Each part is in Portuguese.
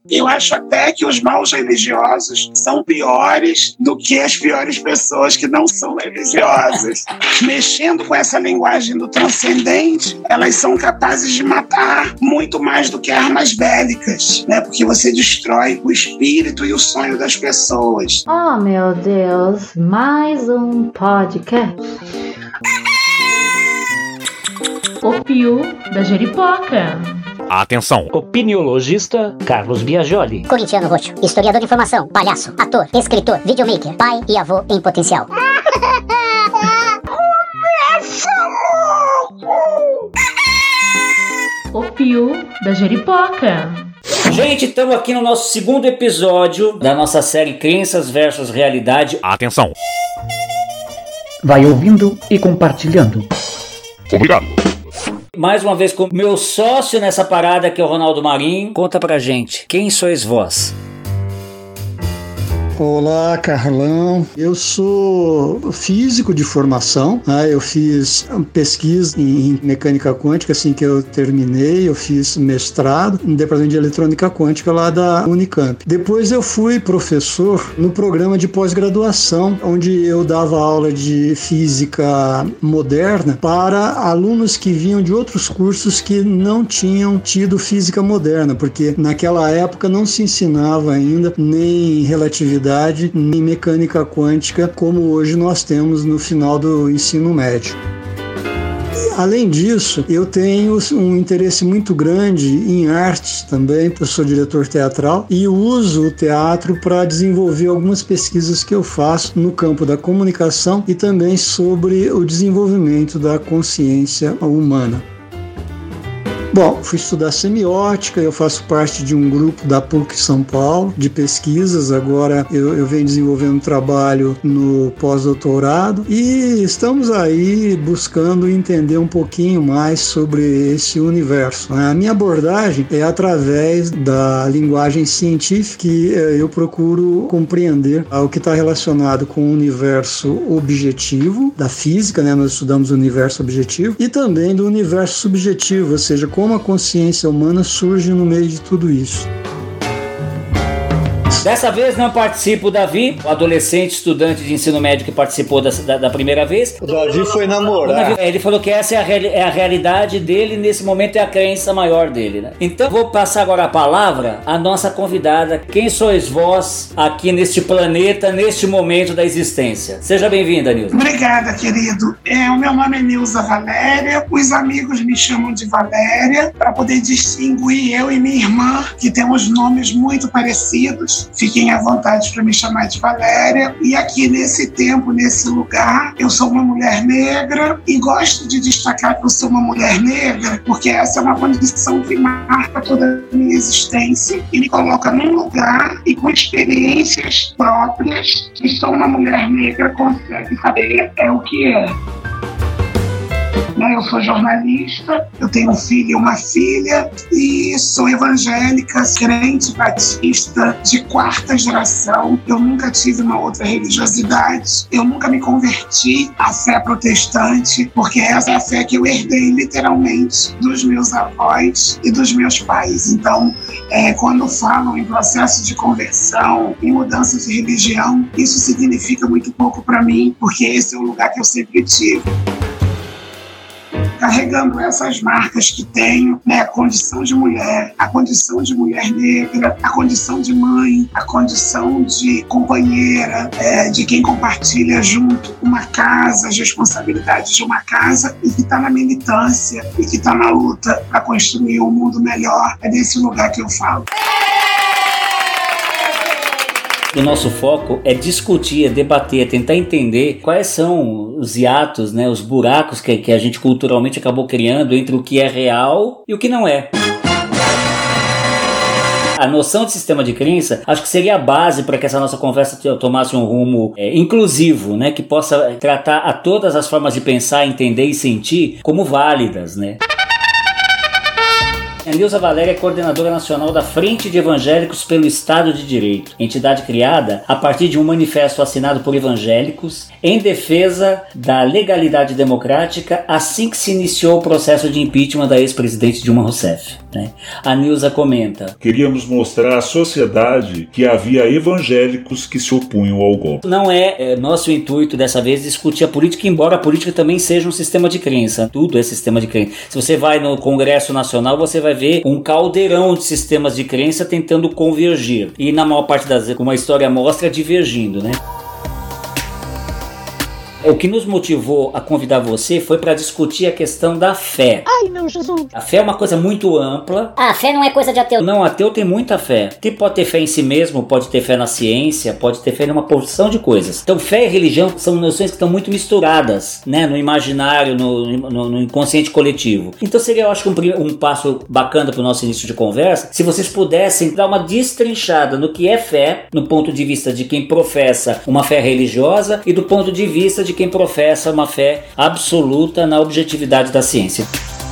Eu acho até que os maus religiosos são piores do que as piores pessoas que não são religiosas. Mexendo com essa linguagem do transcendente, elas são capazes de matar muito mais do que armas bélicas, né? Porque você destrói o espírito e o sonho das pessoas. Oh, meu Deus, mais um podcast. O Pio da Jeripoca. Atenção! Opiniologista Carlos Biagioli. Corintiano roxo, historiador de informação, palhaço, ator, escritor, videomaker, pai e avô em potencial. Começa logo! O Pio da Jeripoca. Gente, estamos aqui no nosso segundo episódio da nossa série Crenças versus Realidade. Atenção! Vai ouvindo e compartilhando. Obrigado! Mais uma vez com meu sócio nessa parada, que é o Ronaldo Marinho. Conta pra gente, quem sois vós? Olá, Carlão. Eu sou físico de formação, né? Eu fiz pesquisa em mecânica quântica assim que eu terminei. Eu fiz mestrado no departamento de eletrônica quântica lá da Unicamp. Depois eu fui professor no programa de pós-graduação, onde eu dava aula de física moderna para alunos que vinham de outros cursos que não tinham tido física moderna, porque naquela época não se ensinava ainda nem relatividade nem mecânica quântica como hoje nós temos no final do ensino médio. Além disso, eu tenho um interesse muito grande em artes também. Eu sou diretor teatral e uso o teatro para desenvolver algumas pesquisas que eu faço no campo da comunicação e também sobre o desenvolvimento da consciência humana. Bom, fui estudar semiótica, eu faço parte de um grupo da PUC São Paulo de pesquisas, agora eu venho desenvolvendo um trabalho no pós-doutorado e estamos aí buscando entender um pouquinho mais sobre esse universo. A minha abordagem é através da linguagem científica que eu procuro compreender o que está relacionado com o universo objetivo da física, né? Nós estudamos o universo objetivo e também do universo subjetivo, ou seja, como a consciência humana surge no meio de tudo isso. Dessa vez não participa o Davi, o adolescente estudante de ensino médio que participou da primeira vez. O Davi foi namorar. Ele falou que essa é a realidade dele, nesse momento é a crença maior dele, né? Então vou passar agora a palavra à nossa convidada. Quem sois vós aqui neste planeta, neste momento da existência? Seja bem-vinda, Nilza. Obrigada, querido. O meu nome é Nilza Valéria. Os amigos me chamam de Valéria para poder distinguir eu e minha irmã, que temos nomes muito parecidos. Fiquem à vontade para me chamar de Valéria. E aqui nesse tempo, nesse lugar, eu sou uma mulher negra e gosto de destacar que eu sou uma mulher negra porque essa é uma condição que marca toda a minha existência e me coloca num lugar e com experiências próprias que só uma mulher negra consegue saber o que é. Eu sou jornalista, eu tenho um filho e uma filha e sou evangélica, crente batista de quarta geração. Eu nunca tive uma outra religiosidade, eu nunca me converti à fé protestante, porque essa é a fé que eu herdei literalmente dos meus avós e dos meus pais. Então, quando falam em processo de conversão, em mudança de religião, isso significa muito pouco para mim, porque esse é o lugar que eu sempre tive. Carregando essas marcas que tenho, né? A condição de mulher negra, a condição de mãe, a condição de companheira, de quem compartilha junto uma casa, as responsabilidades de uma casa e que está na militância e que está na luta para construir um mundo melhor. É desse lugar que eu falo. O nosso foco é discutir, é debater, é tentar entender quais são os hiatos, né, os buracos que a gente culturalmente acabou criando entre o que é real e o que não é. A noção de sistema de crença acho que seria a base para que essa nossa conversa tomasse um rumo inclusivo, né, que possa tratar a todas as formas de pensar, entender e sentir como válidas, né? A Nilza Valéria é coordenadora nacional da Frente de Evangélicos pelo Estado de Direito, entidade criada a partir de um manifesto assinado por evangélicos em defesa da legalidade democrática assim que se iniciou o processo de impeachment da ex-presidente Dilma Rousseff. A Nilza comenta: queríamos mostrar à sociedade que havia evangélicos que se opunham ao golpe. Não é nosso intuito dessa vez discutir a política, embora a política também seja um sistema de crença. Tudo é sistema de crença. Se você vai no Congresso Nacional, você vai ver um caldeirão de sistemas de crença tentando convergir. E na maior parte das vezes, como a história mostra, divergindo, né? O que nos motivou a convidar você foi para discutir a questão da fé. Ai, meu Jesus! A fé é uma coisa muito ampla. A fé não é coisa de ateu. Não, ateu tem muita fé. Pode ter fé em si mesmo, pode ter fé na ciência, pode ter fé em uma porção de coisas. Então, fé e religião são noções que estão muito misturadas, né, no imaginário, no inconsciente coletivo. Então, seria, eu acho, um passo bacana para o nosso início de conversa, se vocês pudessem dar uma destrinchada no que é fé, no ponto de vista de quem professa uma fé religiosa e do ponto de vista de quem professa uma fé absoluta na objetividade da ciência.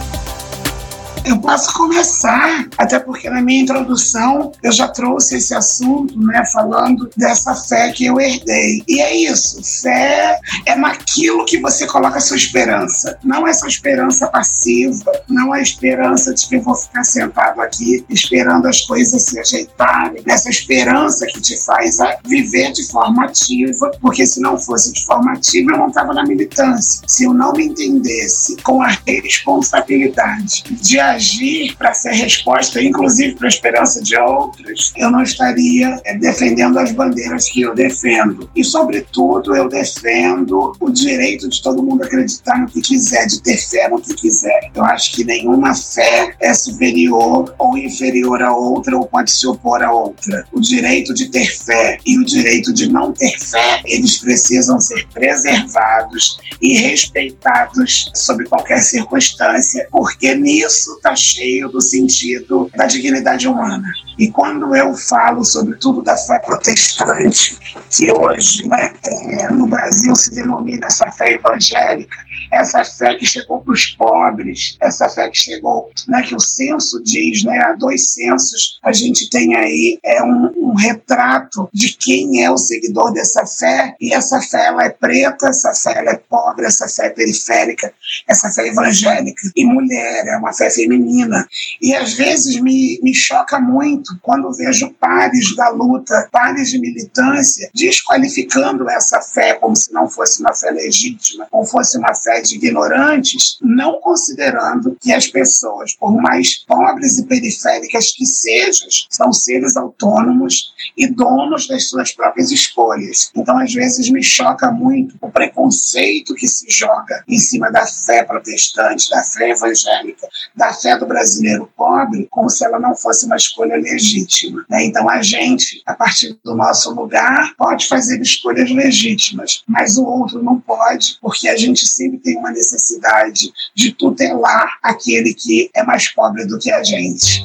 Eu posso começar, até porque na minha introdução eu já trouxe esse assunto, né, falando dessa fé que eu herdei. E é isso, fé é naquilo que você coloca a sua esperança. Não essa esperança passiva, não a esperança de que eu vou ficar sentado aqui esperando as coisas se ajeitarem. Essa esperança que te faz viver de forma ativa, porque se não fosse de forma ativa eu não estava na militância. Se eu não me entendesse com a responsabilidade de agir para ser resposta, inclusive para a esperança de outros, eu não estaria defendendo as bandeiras que eu defendo. E, sobretudo, eu defendo o direito de todo mundo acreditar no que quiser, de ter fé no que quiser. Eu acho que nenhuma fé é superior ou inferior a outra ou pode se opor a outra. O direito de ter fé e o direito de não ter fé, eles precisam ser preservados e respeitados sob qualquer circunstância, porque nisso está cheio do sentido da dignidade humana. E quando eu falo sobretudo da fé protestante, que hoje, né, no Brasil se denomina essa fé evangélica, essa fé que chegou para os pobres, essa fé que chegou, né, que o censo diz, né, há 2 censos, a gente tem aí um retrato de quem é o seguidor dessa fé, e essa fé ela é preta, essa fé ela é pobre, essa fé é periférica, essa fé é evangélica, e mulher, é uma fé feminina. E às vezes me choca muito quando vejo pares da luta, pares de militância, desqualificando essa fé como se não fosse uma fé legítima, ou fosse uma fé de ignorantes, não considerando que as pessoas, por mais pobres e periféricas que sejam, são seres autônomos e donos das suas próprias escolhas. Então, às vezes, me choca muito o preconceito que se joga em cima da fé protestante, da fé evangélica, da fé do brasileiro pobre, como se ela não fosse uma escolha legítima, né? Então, a gente, a partir do nosso lugar, pode fazer escolhas legítimas, mas o outro não pode, porque a gente sempre tem uma necessidade de tutelar aquele que é mais pobre do que a gente.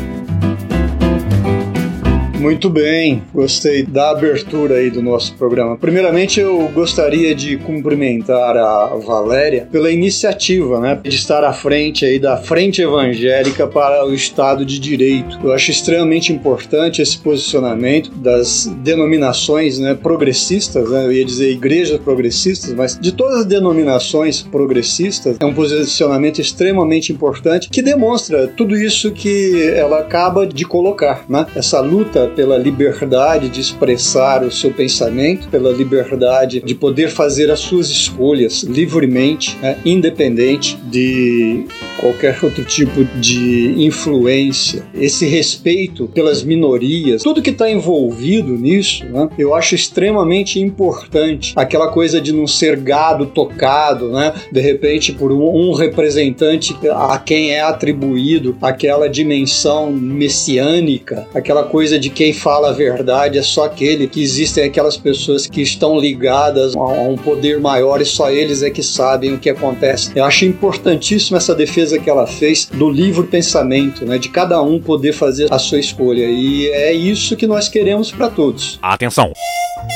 Muito bem, gostei da abertura aí do nosso programa. Primeiramente, eu gostaria de cumprimentar a Valéria pela iniciativa, né, de estar à frente aí da Frente Evangélica para o Estado de Direito. Eu acho extremamente importante esse posicionamento das denominações, né, progressistas, né, eu ia dizer igrejas progressistas, mas de todas as denominações progressistas, é um posicionamento extremamente importante que demonstra tudo isso que ela acaba de colocar, né? Essa luta pela liberdade de expressar o seu pensamento, pela liberdade de poder fazer as suas escolhas livremente, né, independente de qualquer outro tipo de influência. Esse respeito pelas minorias, tudo que está envolvido nisso, né, eu acho extremamente importante. Aquela coisa de não ser gado tocado, né, de repente por um representante a quem é atribuído aquela dimensão messiânica, aquela coisa de quem fala a verdade é só aquele, que existem aquelas pessoas que estão ligadas a um poder maior e só eles é que sabem o que acontece. Eu acho importantíssima essa defesa que ela fez do livre pensamento, né, de cada um poder fazer a sua escolha, e é isso que nós queremos para todos. Atenção!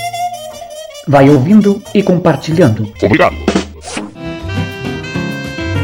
Vai ouvindo e compartilhando. Obrigado!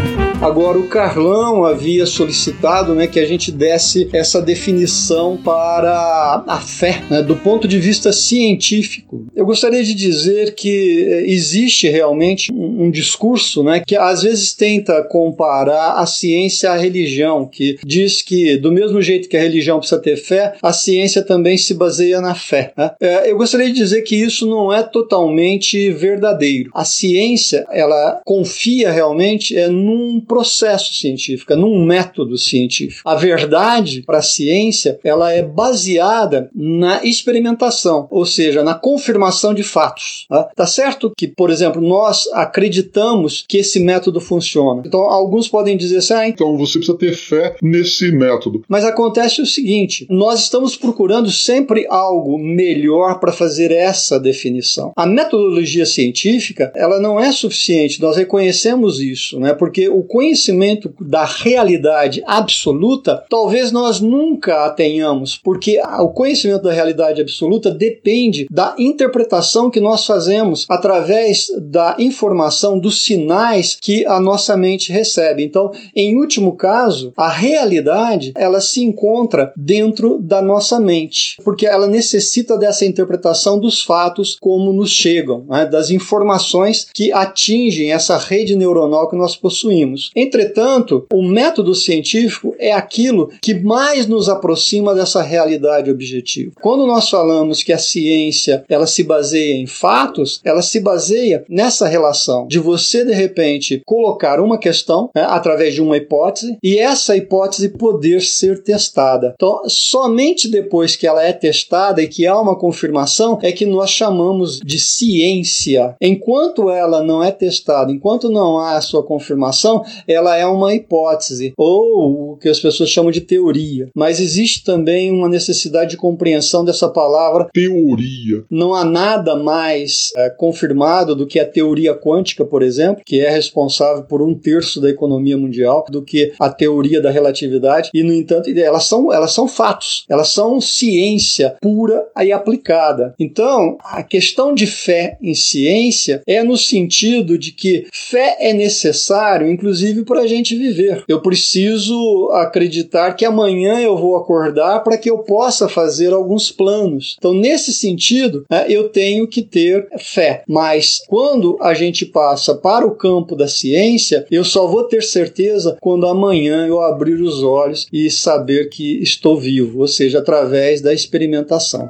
Agora, o Carlão havia solicitado, né, que a gente desse essa definição para a fé, né, do ponto de vista científico. Eu gostaria de dizer que existe realmente um discurso, né, que às vezes tenta comparar a ciência à religião, que diz que do mesmo jeito que a religião precisa ter fé, a ciência também se baseia na fé, né? Eu gostaria de dizer que isso não é totalmente verdadeiro. A ciência, ela confia realmente num processo científico, num método científico. A verdade para a ciência, ela é baseada na experimentação, ou seja, na confirmação de fatos. Tá certo que, por exemplo, nós acreditamos que esse método funciona. Então, alguns podem dizer assim, então você precisa ter fé nesse método. Mas acontece o seguinte, nós estamos procurando sempre algo melhor para fazer essa definição. A metodologia científica, ela não é suficiente, nós reconhecemos isso, né? Porque o conhecimento da realidade absoluta, talvez nós nunca a tenhamos, porque o conhecimento da realidade absoluta depende da interpretação que nós fazemos através da informação, dos sinais que a nossa mente recebe. Então, em último caso, a realidade, ela se encontra dentro da nossa mente, porque ela necessita dessa interpretação dos fatos como nos chegam, né, das informações que atingem essa rede neuronal que nós possuímos. Entretanto, o método científico é aquilo que mais nos aproxima dessa realidade objetiva. Quando nós falamos que a ciência, ela se baseia em fatos, ela se baseia nessa relação de você, de repente, colocar uma questão, né, através de uma hipótese, e essa hipótese poder ser testada. Então, somente depois que ela é testada e que há uma confirmação, é que nós chamamos de ciência. Enquanto ela não é testada, enquanto não há a sua confirmação, ela é uma hipótese, ou o que as pessoas chamam de teoria. Mas existe também uma necessidade de compreensão dessa palavra teoria. Não há nada mais confirmado do que a teoria quântica, por exemplo, que é responsável por 1/3 da economia mundial, do que a teoria da relatividade, e, no entanto, elas são fatos, elas são ciência pura e aplicada. Então, a questão de fé em ciência é no sentido de que fé é necessário, inclusive, para a gente viver. Eu preciso acreditar que amanhã eu vou acordar para que eu possa fazer alguns planos. Então, nesse sentido, eu tenho que ter fé. Mas, quando a gente passa para o campo da ciência, eu só vou ter certeza quando amanhã eu abrir os olhos e saber que estou vivo, ou seja, através da experimentação.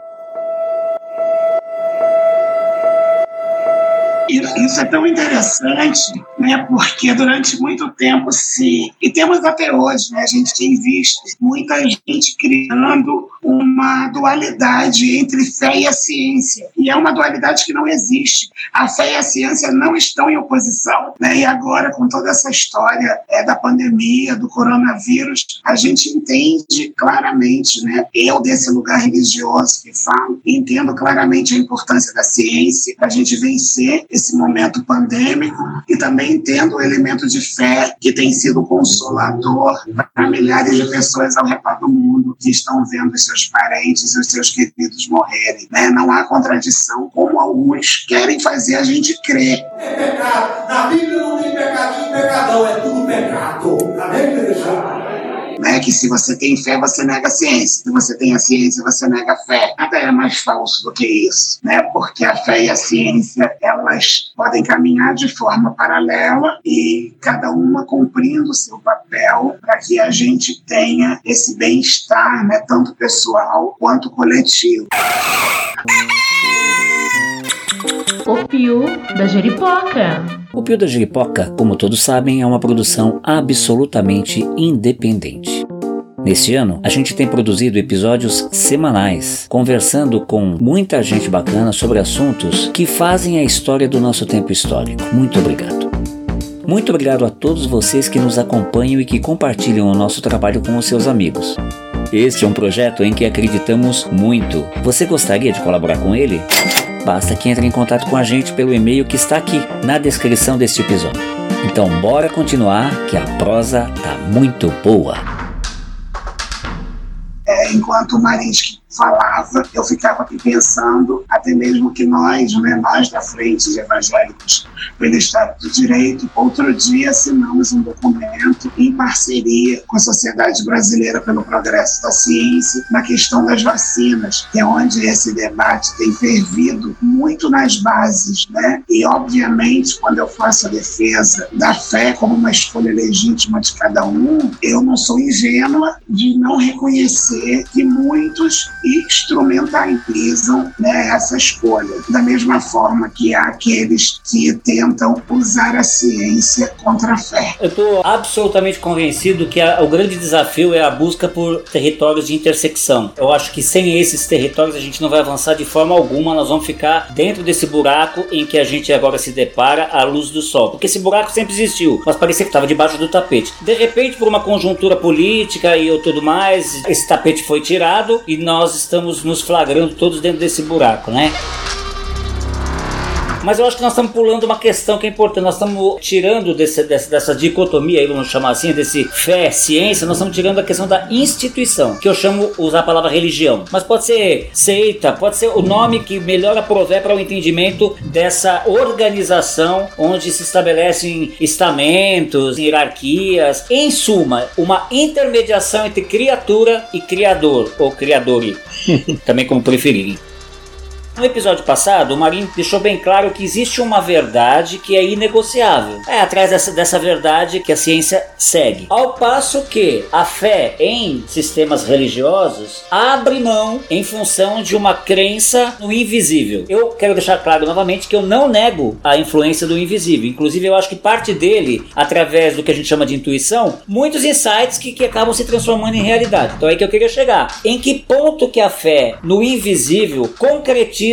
Isso é tão interessante, né? Porque durante muito tempo e temos até hoje, né? A gente tem visto muita gente criando uma dualidade entre fé e a ciência. E é uma dualidade que não existe. A fé e a ciência não estão em oposição, né? E agora, com toda essa história da pandemia, do coronavírus, a gente entende claramente, né? Eu, desse lugar religioso que falo, entendo claramente a importância da ciência para a gente vencer esse momento pandêmico, e também entendo o elemento de fé que tem sido consolador para milhares de pessoas ao redor do mundo que estão vendo os seus parentes e os seus queridos morrerem, né? Não há contradição, como alguns querem fazer a gente crer. É pecado. Na Bíblia não tem pecadinho e pecadão, é tudo pecado. Amém, igreja? Né, que se você tem fé, você nega a ciência. Se você tem a ciência, você nega a fé. Nada é mais falso do que isso, né? Porque a fé e a ciência, elas podem caminhar de forma paralela e cada uma cumprindo o seu papel para que a gente tenha esse bem-estar, né, tanto pessoal quanto coletivo. O Pio da Jeripoca. O Pio da Jeripoca, como todos sabem, é uma produção absolutamente independente. Neste ano, a gente tem produzido episódios semanais, conversando com muita gente bacana sobre assuntos que fazem a história do nosso tempo histórico. Muito obrigado. Muito obrigado a todos vocês que nos acompanham e que compartilham o nosso trabalho com os seus amigos. Este é um projeto em que acreditamos muito. Você gostaria de colaborar com ele? Basta que entre em contato com a gente pelo e-mail que está aqui na descrição deste episódio. Então bora continuar, que a prosa tá muito boa. Enquanto o Marinsky falava, eu ficava aqui pensando, até mesmo que nós da Frente de Evangélicos pelo Estado de Direito, outro dia assinamos um documento em parceria com a Sociedade Brasileira pelo Progresso da Ciência na questão das vacinas, que é onde esse debate tem fervido muito nas bases, E, obviamente, quando eu faço a defesa da fé como uma escolha legítima de cada um, eu não sou ingênua de não reconhecer que muitos instrumentalizam essa escolha, da mesma forma que há aqueles que tentam usar a ciência contra a fé. Eu estou absolutamente convencido que o grande desafio é a busca por territórios de intersecção. Eu acho que sem esses territórios a gente não vai avançar de forma alguma, nós vamos ficar dentro desse buraco em que a gente agora se depara à luz do sol, porque esse buraco sempre existiu, mas parecia que estava debaixo do tapete. De repente, por uma conjuntura política e tudo mais, esse tapete foi tirado e nós estamos nos flagrando todos dentro desse buraco, Mas eu acho que nós estamos pulando uma questão que é importante. Nós estamos tirando dessa dicotomia, aí vamos chamar assim, desse fé, ciência, nós estamos tirando a questão da instituição, que eu chamo, usar a palavra religião. Mas pode ser seita, pode ser o nome que melhor aprover para o entendimento dessa organização onde se estabelecem estamentos, hierarquias. Em suma, uma intermediação entre criatura e criador, ou criadori, também como preferirem. No episódio passado, o Marinho deixou bem claro que existe uma verdade que é inegociável. É atrás dessa verdade que a ciência segue. Ao passo que a fé em sistemas religiosos abre mão em função de uma crença no invisível. Eu quero deixar claro novamente que eu não nego a influência do invisível. Inclusive, eu acho que parte dele, através do que a gente chama de intuição, muitos insights que acabam se transformando em realidade. Então é aí que eu queria chegar. Em que ponto que a fé no invisível concretiza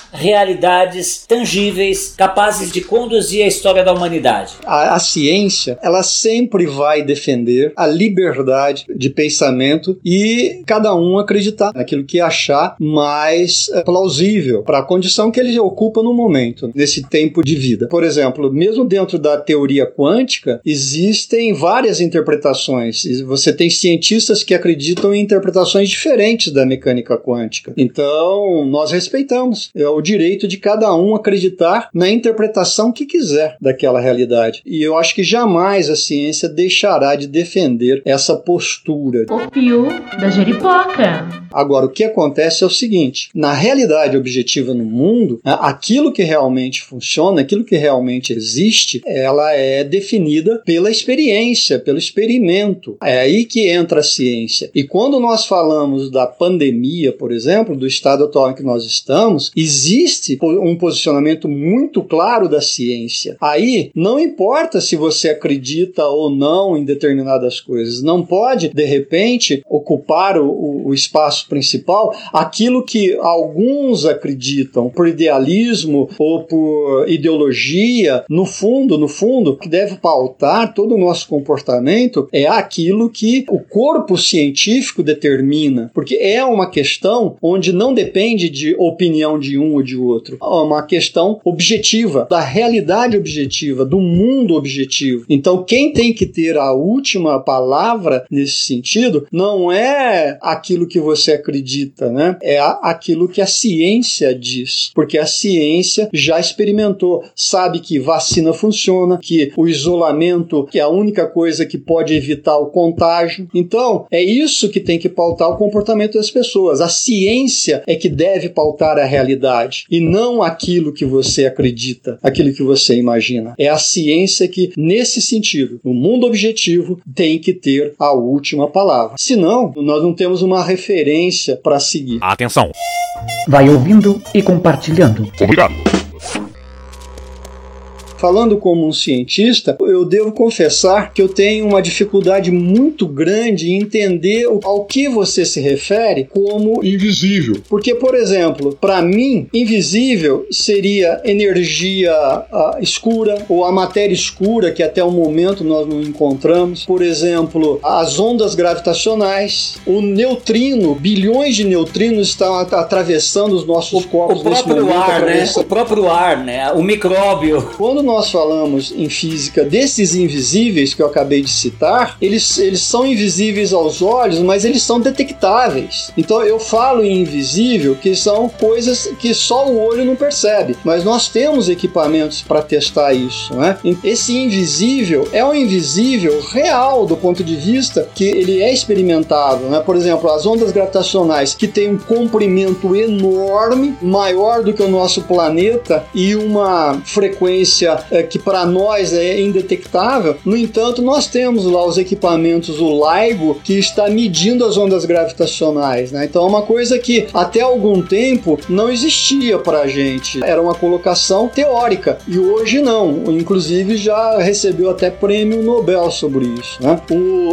realidades tangíveis capazes de conduzir a história da humanidade? A ciência, ela sempre vai defender a liberdade de pensamento e cada um acreditar naquilo que achar mais plausível para a condição que ele ocupa no momento, nesse tempo de vida. Por exemplo, mesmo dentro da teoria quântica, existem várias interpretações. Você tem cientistas que acreditam em interpretações diferentes da mecânica quântica. Então, nós respeitamos o direito de cada um acreditar na interpretação que quiser daquela realidade. E eu acho que jamais a ciência deixará de defender essa postura. O Pio da Jeripoca. Agora, o que acontece é o seguinte: na realidade objetiva no mundo, aquilo que realmente funciona, aquilo que realmente existe, ela é definida pela experiência, pelo experimento. É aí que entra a ciência. E quando nós falamos da pandemia, por exemplo, do estado atual em que nós estamos, existe um posicionamento muito claro da ciência. Aí, não importa se você acredita ou não em determinadas coisas, não pode, de repente, ocupar o espaço principal aquilo que alguns acreditam por idealismo ou por ideologia. No fundo, o que deve pautar todo o nosso comportamento é aquilo que o corpo científico determina, porque é uma questão onde não depende de opinião de um ou de outro. É uma questão objetiva, da realidade objetiva, do mundo objetivo. Então, quem tem que ter a última palavra nesse sentido não é aquilo que você acredita, É aquilo que a ciência diz. Porque a ciência já experimentou, sabe que vacina funciona, que o isolamento é a única coisa que pode evitar o contágio. Então, é isso que tem que pautar o comportamento das pessoas. A ciência é que deve pautar a realidade e não aquilo que você acredita, aquilo que você imagina. É a ciência que, nesse sentido, no mundo objetivo, tem que ter a última palavra. Senão, nós não temos uma referência para seguir. Atenção! Vai ouvindo e compartilhando. Obrigado! Falando como um cientista, eu devo confessar que eu tenho uma dificuldade muito grande em entender ao que você se refere como invisível. Porque, por exemplo, para mim, invisível seria energia escura ou a matéria escura que até o momento nós não encontramos. Por exemplo, as ondas gravitacionais, o neutrino, bilhões de neutrinos estão atravessando os nossos corpos nesse momento. O próprio ar, o micróbio. Quando nós falamos em física desses invisíveis que eu acabei de citar, eles são invisíveis aos olhos, mas eles são detectáveis. Então eu falo em invisível, que são coisas que só o olho não percebe, mas nós temos equipamentos para testar isso, né? Esse invisível é um invisível real do ponto de vista que ele é experimentável, né? Por exemplo, as ondas gravitacionais, que tem um comprimento enorme, maior do que o nosso planeta, e uma frequência que para nós é indetectável. No entanto, nós temos lá os equipamentos, o LIGO, que está medindo as ondas gravitacionais, né? Então é uma coisa que até algum tempo não existia para a gente, era uma colocação teórica, e hoje não, inclusive já recebeu até prêmio Nobel sobre isso, né?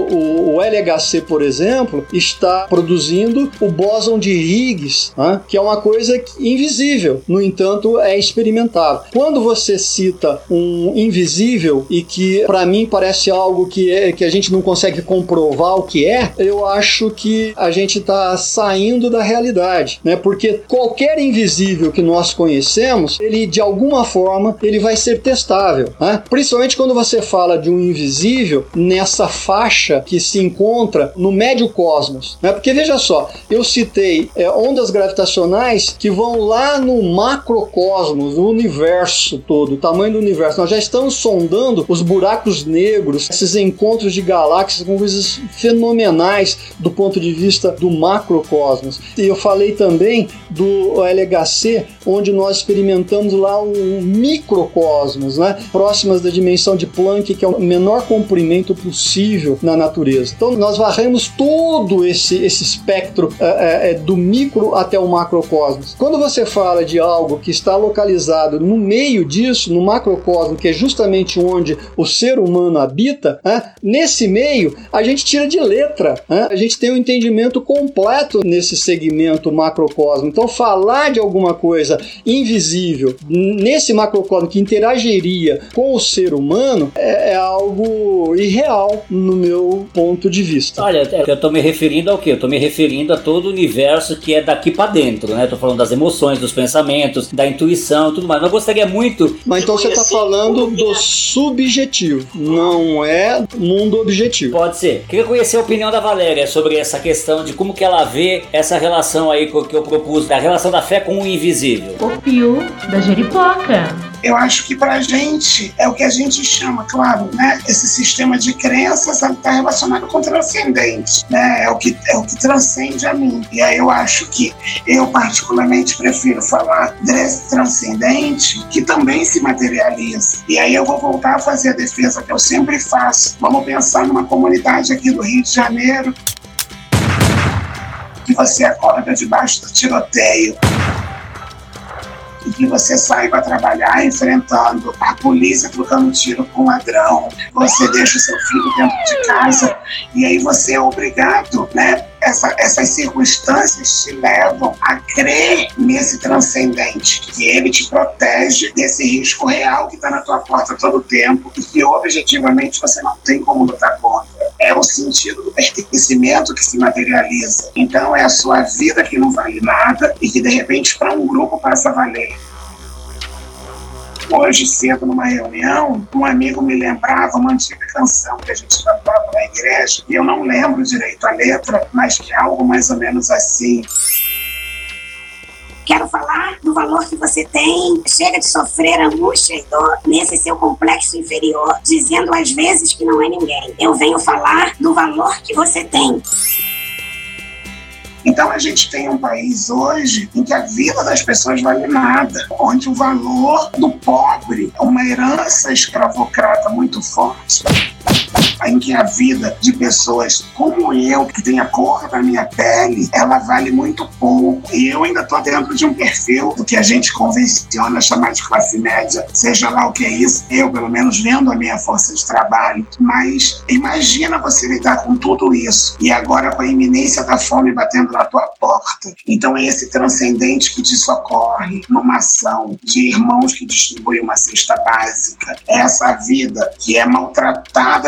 O LHC, por exemplo, está produzindo o bóson de Higgs, né? Que é uma coisa invisível, no entanto é experimentável. Quando você cita um invisível e que para mim parece algo que a gente não consegue comprovar o que é, eu acho que a gente está saindo da realidade, né? Porque qualquer invisível que nós conhecemos, ele de alguma forma ele vai ser testável, né? Principalmente quando você fala de um invisível nessa faixa que se encontra no médio cosmos, né? Porque veja só, eu citei ondas gravitacionais que vão lá no macrocosmos, no universo todo, o tamanho do universo. Nós já estamos sondando os buracos negros, esses encontros de galáxias com coisas fenomenais do ponto de vista do macrocosmos. E eu falei também do LHC, onde nós experimentamos lá um microcosmos, né? Próximas da dimensão de Planck, que é o menor comprimento possível na natureza. Então nós varremos todo esse espectro do micro até o macrocosmos. Quando você fala de algo que está localizado no meio disso, no macrocosmo, que é justamente onde o ser humano habita, nesse meio a gente tira de letra, a gente tem um entendimento completo nesse segmento macrocosmo. Então falar de alguma coisa invisível nesse macrocosmo que interagiria com o ser humano é algo irreal no meu ponto de vista. Olha, eu estou me referindo ao quê? Eu estou me referindo a todo o universo que é daqui para dentro, né? Estou falando das emoções, dos pensamentos, da intuição, tudo mais. Mas eu gostaria muito... Mas então você está falando do subjetivo, não é mundo objetivo. Pode ser. Queria conhecer a opinião da Valéria sobre essa questão de como que ela vê essa relação aí que eu propus, da relação da fé com o invisível. O Pio da Jeripoca. Eu acho que pra gente é o que a gente chama, claro, né? Esse sistema de crenças está relacionado com o transcendente, né? É o que transcende a mim. E aí eu acho que eu particularmente prefiro falar desse transcendente que também se materializa. E aí eu vou voltar a fazer a defesa que eu sempre faço. Vamos pensar numa comunidade aqui do Rio de Janeiro que você acorda debaixo do tiroteio, e que você sai para trabalhar enfrentando a polícia trocando tiro com um ladrão, você deixa o seu filho dentro de casa e aí você é obrigado, né? Essas circunstâncias te levam a crer nesse transcendente, que ele te protege desse risco real que está na tua porta todo o tempo e que objetivamente você não tem como lutar contra. É o sentido do pertencimento que se materializa. Então é a sua vida que não vale nada e que de repente para um grupo passa a valer. Hoje cedo numa reunião, um amigo me lembrava uma antiga canção que a gente cantava na igreja, e eu não lembro direito a letra, mas que é algo mais ou menos assim. Quero falar do valor que você tem. Chega de sofrer angústia e dor nesse seu complexo inferior, dizendo às vezes que não é ninguém. Eu venho falar do valor que você tem. Então a gente tem um país hoje em que a vida das pessoas vale nada, onde o valor do pobre é uma herança escravocrata muito forte, em que a vida de pessoas como eu, que tem a cor da minha pele, ela vale muito pouco. E eu ainda estou dentro de um perfil do que a gente convenciona chamar de classe média, seja lá o que é isso, eu pelo menos vendo a minha força de trabalho. Mas imagina você lidar com tudo isso e agora com a iminência da fome batendo na tua porta. Então é esse transcendente que te socorre numa ação de irmãos que distribuem uma cesta básica. É essa vida que é maltratada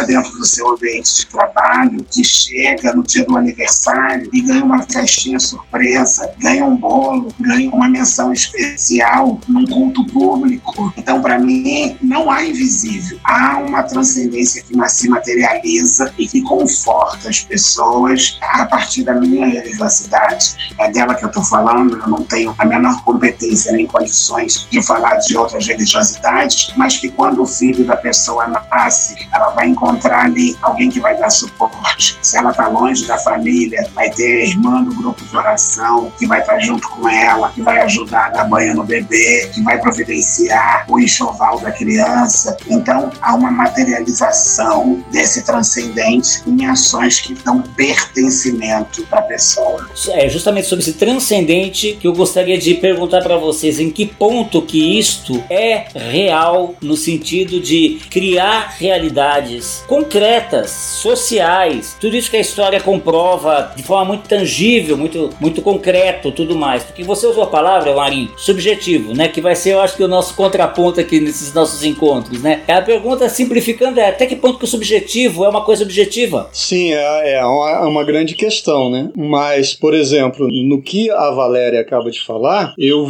dentro do seu ambiente de trabalho, que chega no dia do aniversário e ganha uma festinha surpresa, ganha um bolo, ganha uma menção especial num culto público. Então, para mim, não há invisível. Há uma transcendência que se materializa e que conforta as pessoas a partir da minha religiosidade. É dela que eu estou falando, eu não tenho a menor competência nem condições de falar de outras religiosidades, mas que quando o filho da pessoa nasce, ela vai encontrar ali alguém que vai dar suporte. Se ela está longe da família, vai ter a irmã do grupo de oração, que vai estar junto com ela, que vai ajudar a dar banho no bebê, que vai providenciar o enxoval da criança. Então, há uma materialização desse transcendente em ações que dão pertencimento para a pessoa. É justamente sobre esse transcendente que eu gostaria de perguntar para vocês em que ponto que isto é real no sentido de criar realidades concretas, sociais, tudo isso que a história comprova de forma muito tangível, muito concreto, tudo mais. Porque você usou a palavra, Marinho, subjetivo, né? Que vai ser, eu acho que o nosso contraponto aqui nesses nossos encontros, né? A pergunta, simplificando, é até que ponto que o subjetivo é uma coisa objetiva? Sim, é uma grande questão, né? Mas, por exemplo, no que a Valéria acaba de falar, eu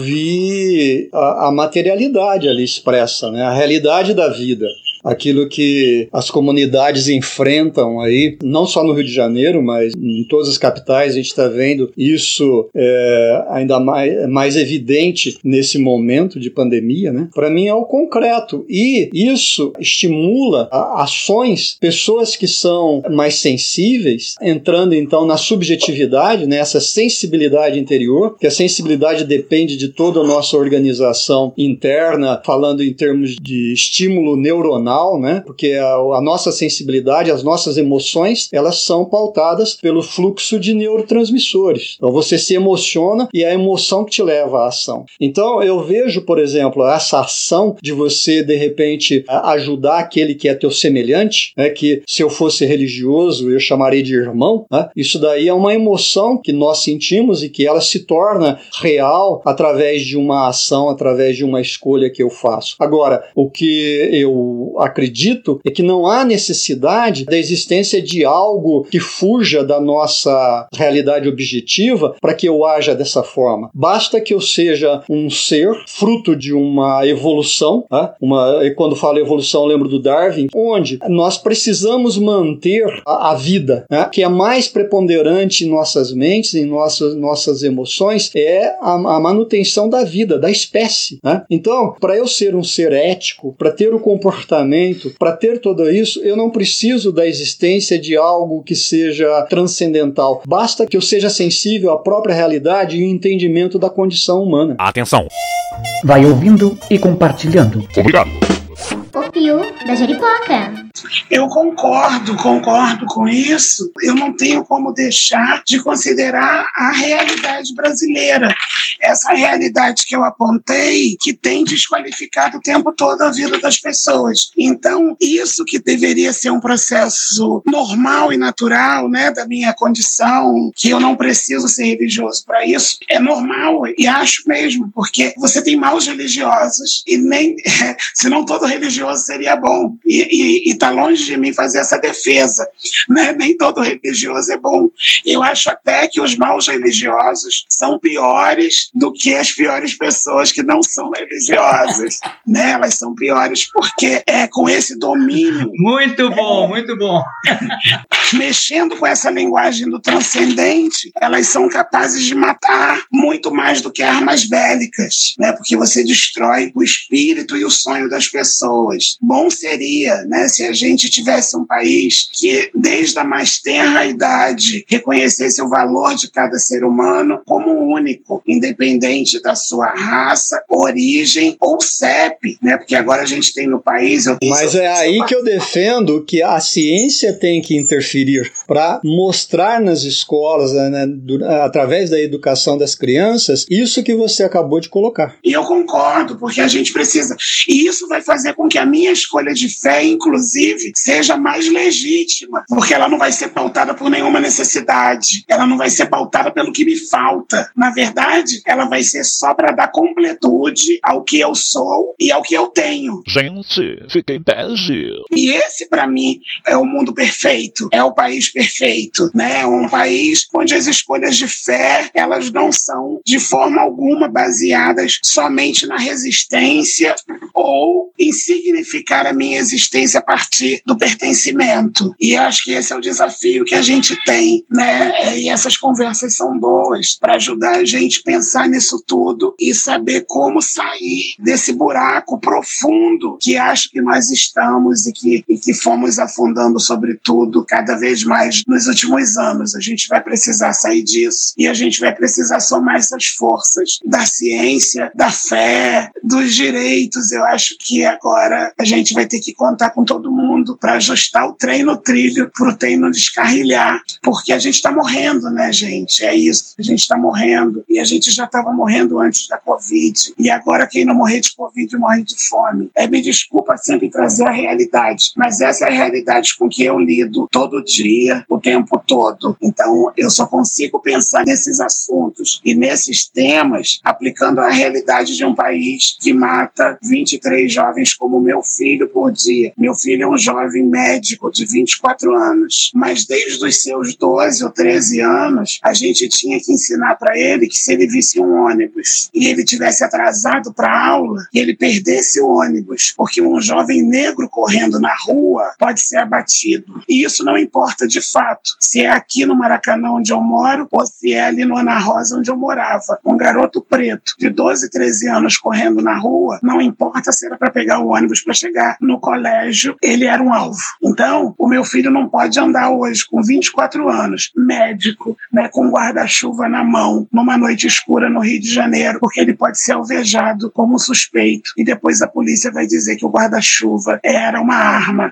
vi a materialidade ali expressa, né? A realidade da vida. Aquilo que as comunidades enfrentam aí, não só no Rio de Janeiro, mas em todas as capitais, a gente está vendo isso ainda mais evidente nesse momento de pandemia, né? Para mim é o concreto, e isso estimula ações, pessoas que são mais sensíveis, entrando então na subjetividade, né? Essa sensibilidade interior, que a sensibilidade depende de toda a nossa organização interna, falando em termos de estímulo neuronal, né? Porque a nossa sensibilidade, as nossas emoções, elas são pautadas pelo fluxo de neurotransmissores. Então você se emociona e é a emoção que te leva à ação. Então eu vejo, por exemplo, essa ação de você, de repente, ajudar aquele que é teu semelhante, né? Que se eu fosse religioso, eu chamaria de irmão, né? Isso daí é uma emoção que nós sentimos e que ela se torna real através de uma ação, através de uma escolha que eu faço. Agora, o que eu acredito é que não há necessidade da existência de algo que fuja da nossa realidade objetiva para que eu haja dessa forma. Basta que eu seja um ser fruto de uma evolução, tá? E quando falo evolução, eu lembro do Darwin, onde nós precisamos manter a vida, né? Que é mais preponderante em nossas mentes, em nossas emoções, é a manutenção da vida, da espécie, né? Então, para eu ser um ser ético, para ter o comportamento, para ter tudo isso, eu não preciso da existência de algo que seja transcendental. Basta que eu seja sensível à própria realidade e o entendimento da condição humana. Atenção! Vai ouvindo e compartilhando. Obrigado. O Pio da Jeripoca. Eu concordo com isso. Eu não tenho como deixar de considerar a realidade brasileira. Essa realidade que eu apontei, que tem desqualificado o tempo todo a vida das pessoas. Então, isso que deveria ser um processo normal e natural, né, da minha condição, que eu não preciso ser religioso para isso, é normal, e acho mesmo, porque você tem maus religiosos, e nem, senão todo religioso seria bom. E está longe de mim fazer essa defesa, né? Nem todo religioso é bom. Eu acho até que os maus religiosos são piores do que as piores pessoas que não são religiosas, né? Elas são piores porque com esse domínio. Muito bom, muito bom. Mexendo com essa linguagem do transcendente, elas são capazes de matar muito mais do que armas bélicas, né? Porque você destrói o espírito e o sonho das pessoas. Bom seria, né, se a gente tivesse um país que, desde a mais tenra idade, reconhecesse o valor de cada ser humano como único, independente da sua raça, origem ou CEP, né? Porque agora a gente tem no país... Mas é aí que eu defendo que a ciência tem que interferir para mostrar nas escolas, né, através da educação das crianças, isso que você acabou de colocar. E eu concordo, porque a gente precisa. E isso vai fazer com que a minha escolha de fé, inclusive, seja mais legítima, porque ela não vai ser pautada por nenhuma necessidade, ela não vai ser pautada pelo que me falta. Na verdade, ela vai ser só para dar completude ao que eu sou e ao que eu tenho. Gente, fiquei bege. E esse, para mim, é o mundo perfeito, é o país perfeito, né? Um país onde as escolhas de fé, elas não são de forma alguma baseadas somente na resistência ou em significar a minha existência a partir do pertencimento. E acho que esse é o desafio que a gente tem, né? E essas conversas são boas para ajudar a gente a pensar nisso tudo e saber como sair desse buraco profundo que acho que nós estamos e que fomos afundando, sobretudo, cada vez mais nos últimos anos. A gente vai precisar sair disso e a gente vai precisar somar essas forças da ciência, da fé, dos direitos. Eu acho que agora a gente vai ter que contar com todo mundo para ajustar o trem no trilho, para o trem não descarrilhar, porque a gente está morrendo, né, gente? É isso, a gente está morrendo e a gente já estava morrendo antes da Covid e agora quem não morrer de Covid morre de fome. Me desculpa sempre trazer a realidade, mas essa é a realidade com que eu lido todo dia, o tempo todo. Então eu só consigo pensar nesses assuntos e nesses temas aplicando a realidade de um país que mata 23 jovens como meu filho por dia. Meu filho é um jovem médico de 24 anos, mas desde os seus 12 ou 13 anos, a gente tinha que ensinar para ele que se ele visse um ônibus e ele tivesse atrasado para a aula, e ele perdesse o ônibus, porque um jovem negro correndo na rua pode ser abatido. E isso não importa de fato, se é aqui no Maracanã onde eu moro, ou se é ali no Ana Rosa onde eu morava. Um garoto preto de 12, 13 anos correndo na rua, não importa se era para pegar o ônibus para chegar no colégio, ele era um alvo. Então, o meu filho não pode andar hoje com 24 anos, médico, né, com guarda-chuva na mão, numa noite escura no Rio de Janeiro, porque ele pode ser alvejado como suspeito e depois a polícia vai dizer que o guarda-chuva era uma arma.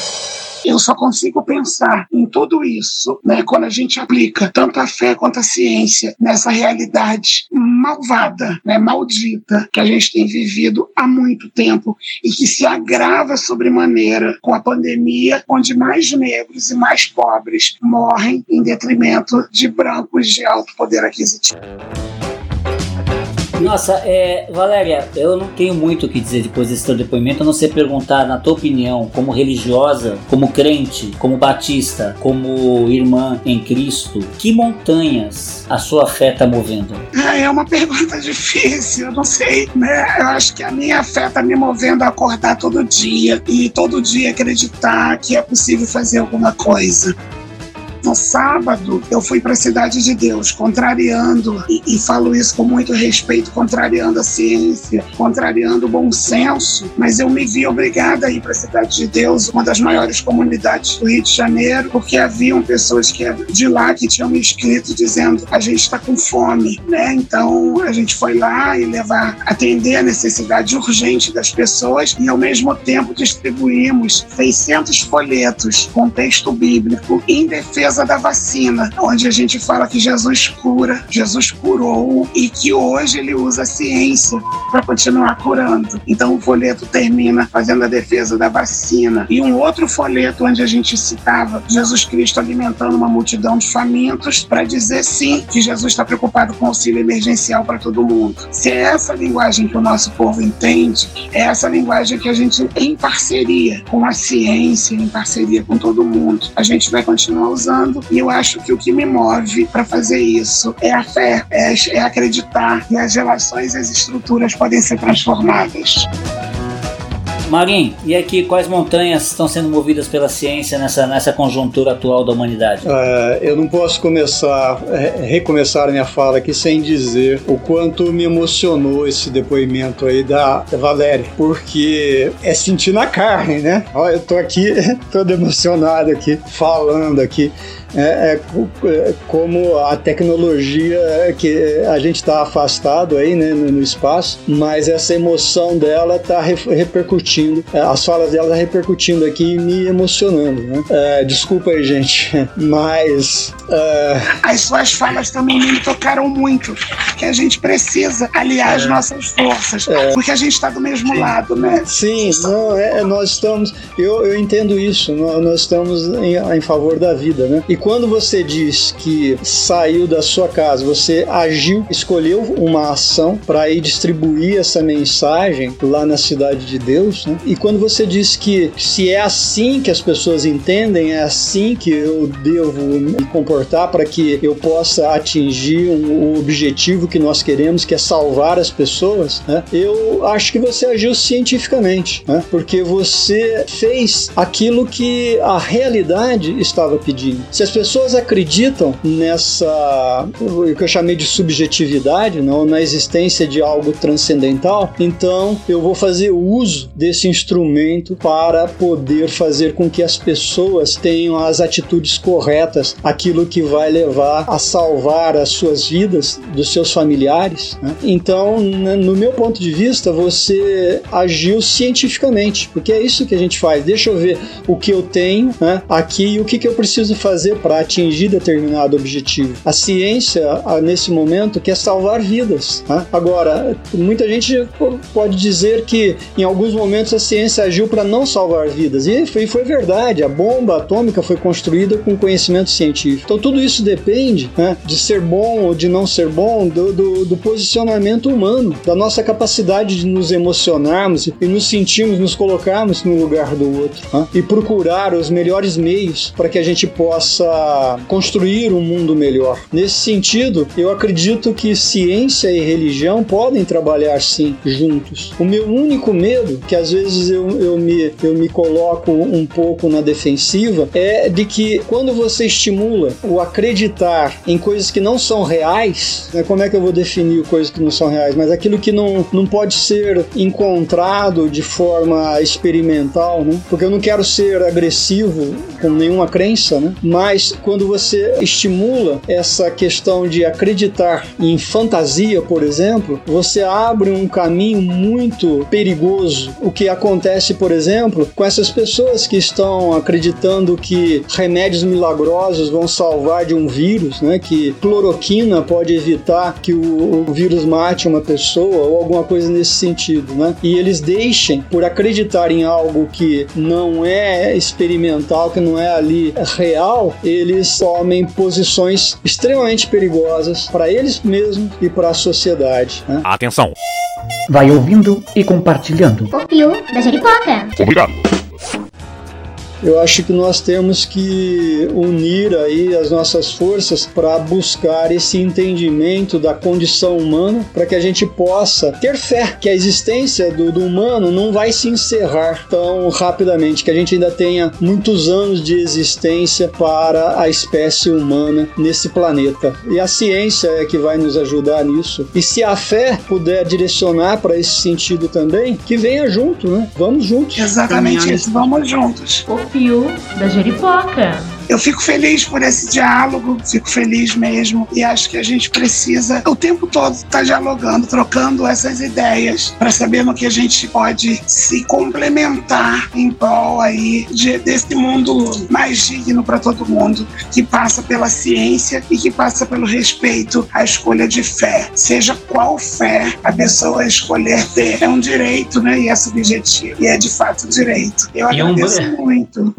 Eu só consigo pensar em tudo isso, né, quando a gente aplica tanto a fé quanto a ciência nessa realidade malvada, né, maldita, que a gente tem vivido há muito tempo e que se agrava sobremaneira com a pandemia, onde mais negros e mais pobres morrem em detrimento de brancos de alto poder aquisitivo. Nossa, Valéria, eu não tenho muito o que dizer depois desse teu depoimento, a não ser perguntar, na tua opinião, como religiosa, como crente, como batista, como irmã em Cristo, que montanhas a sua fé está movendo? É uma pergunta difícil, eu não sei, né? Eu acho que a minha fé está me movendo a acordar todo dia e todo dia acreditar que é possível fazer alguma coisa. No sábado, eu fui para a Cidade de Deus, contrariando, e falo isso com muito respeito, contrariando a ciência, contrariando o bom senso, mas eu me vi obrigada a ir para a Cidade de Deus, uma das maiores comunidades do Rio de Janeiro, porque haviam pessoas de lá que tinham me escrito dizendo: a gente está com fome, né? Então a gente foi lá e atender a necessidade urgente das pessoas e ao mesmo tempo distribuímos 600 folhetos com texto bíblico em defesa da vacina, onde a gente fala que Jesus cura, Jesus curou e que hoje ele usa a ciência para continuar curando. Então o folheto termina fazendo a defesa da vacina. E um outro folheto onde a gente citava Jesus Cristo alimentando uma multidão de famintos para dizer sim, que Jesus está preocupado com auxílio emergencial para todo mundo. Se é essa linguagem que o nosso povo entende, é essa linguagem que a gente, em parceria com a ciência, em parceria com todo mundo, a gente vai continuar usando. E eu acho que o que me move para fazer isso é a fé, é acreditar que as relações e as estruturas podem ser transformadas. Marinho, e aqui, quais montanhas estão sendo movidas pela ciência nessa conjuntura atual da humanidade? Eu não posso recomeçar a minha fala aqui sem dizer o quanto me emocionou esse depoimento aí da Valéria, porque é sentir na carne, né? Olha, eu tô aqui todo emocionado aqui, falando aqui. Como a tecnologia que a gente está afastado aí, né, no espaço, mas essa emoção dela está repercutindo, as falas dela estão repercutindo aqui e me emocionando, né? Desculpa aí, gente, mas... As suas falas também me tocaram muito, que a gente precisa aliar as nossas forças, porque a gente está do mesmo lado, né? Sim, nós estamos... Eu entendo isso, nós estamos em favor da vida, né? E quando você diz que saiu da sua casa, você agiu, escolheu uma ação para ir distribuir essa mensagem lá na cidade de Deus, né? E quando você diz que se é assim que as pessoas entendem, é assim que eu devo me comportar para que eu possa atingir o objetivo que nós queremos, que é salvar as pessoas, né? Eu acho que você agiu cientificamente, né? Porque você fez aquilo que a realidade estava pedindo. Se as pessoas acreditam nessa, o que eu chamei de subjetividade, não, na existência de algo transcendental, então eu vou fazer uso desse instrumento para poder fazer com que as pessoas tenham as atitudes corretas, aquilo que vai levar a salvar as suas vidas, dos seus familiares, né? Então, no meu ponto de vista, você agiu cientificamente, porque é isso que a gente faz. Deixa eu ver o que eu tenho, né, aqui e o que eu preciso fazer para atingir determinado objetivo. A ciência, nesse momento, quer salvar vidas, né? Agora, muita gente pode dizer que em alguns momentos a ciência agiu para não salvar vidas, e foi verdade. A bomba atômica foi construída com conhecimento científico. Então tudo isso depende, né, de ser bom ou de não ser bom, do posicionamento humano, da nossa capacidade de nos emocionarmos e nos sentirmos, nos colocarmos no lugar do outro, né? E procurar os melhores meios para que a gente possa construir um mundo melhor. Nesse sentido, eu acredito que ciência e religião podem trabalhar sim juntos. O meu único medo, que às vezes eu me coloco um pouco na defensiva, é de que quando você estimula o acreditar em coisas que não são reais, né, como é que eu vou definir coisas que não são reais? Mas aquilo que não pode ser encontrado de forma experimental, né? Porque eu não quero ser agressivo com nenhuma crença, né? Mas quando você estimula essa questão de acreditar em fantasia, por exemplo, você abre um caminho muito perigoso. O que acontece, por exemplo, com essas pessoas que estão acreditando que remédios milagrosos vão salvar de um vírus, né? Que cloroquina pode evitar que o vírus mate uma pessoa ou alguma coisa nesse sentido, né? E eles deixem, por acreditar em algo que não é experimental, que não é ali real, eles tomem posições extremamente perigosas para eles mesmos e para a sociedade, né? Atenção! Vai ouvindo e compartilhando. O Piu da Jeripoca. Obrigado. Eu acho que nós temos que unir aí as nossas forças para buscar esse entendimento da condição humana, para que a gente possa ter fé que a existência do humano não vai se encerrar tão rapidamente, que a gente ainda tenha muitos anos de existência para a espécie humana nesse planeta. E a ciência é que vai nos ajudar nisso. E se a fé puder direcionar para esse sentido também, que venha junto, né? Vamos juntos. Exatamente isso, vamos juntos. O Piu da Jeripoca. Eu fico feliz por esse diálogo, fico feliz mesmo, e acho que a gente precisa o tempo todo estar dialogando, trocando essas ideias para saber no que a gente pode se complementar em prol aí desse mundo mais digno para todo mundo, que passa pela ciência e que passa pelo respeito à escolha de fé. Seja qual fé a pessoa escolher ter, é um direito, né? E é subjetivo, e é de fato um direito. Eu agradeço muito.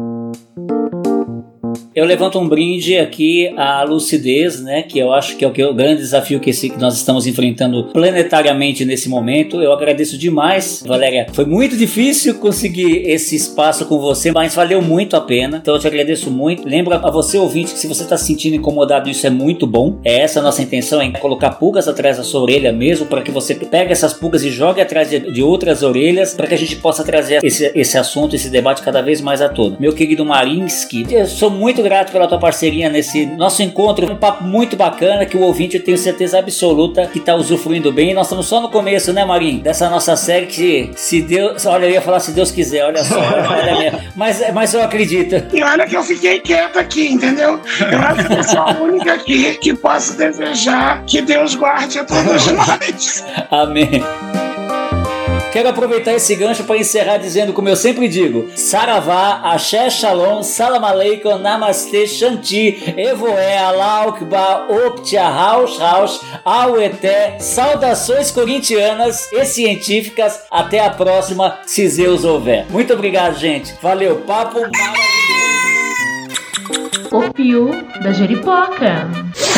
Eu levanto um brinde aqui à lucidez, né, que eu acho que é o grande desafio que nós estamos enfrentando planetariamente nesse momento. Eu agradeço demais, Valéria. Foi muito difícil conseguir esse espaço com você, mas valeu muito a pena. Então eu te agradeço muito. Lembro a você, ouvinte, que se você está se sentindo incomodado, isso é muito bom. É essa a nossa intenção, é colocar pulgas atrás da sua orelha mesmo, para que você pegue essas pulgas e jogue atrás de outras orelhas, para que a gente possa trazer esse assunto, esse debate cada vez mais à tona. Meu querido Marinsky, eu sou muito grato pela tua parceria nesse nosso encontro, um papo muito bacana que o ouvinte, eu tenho certeza absoluta que está usufruindo bem. Nós estamos só no começo, né, Marinho? Dessa nossa série que, se Deus, olha, eu ia falar se Deus quiser, olha só, mas eu acredito. E olha que eu fiquei quieto aqui, entendeu? Eu acho que eu sou a única aqui que posso desejar que Deus guarde a todos nós. Amém. Quero aproveitar esse gancho para encerrar dizendo, como eu sempre digo: Saravá, Axé, Shalom, Salam Aleikum, Namastê, Shanti, Evoé, Allah Akbar, Optia, Raush, Aueté, saudações corintianas e científicas. Até a próxima, se Zeus houver. Muito obrigado, gente. Valeu, papo maravilhoso. O Pio da Jeripoca.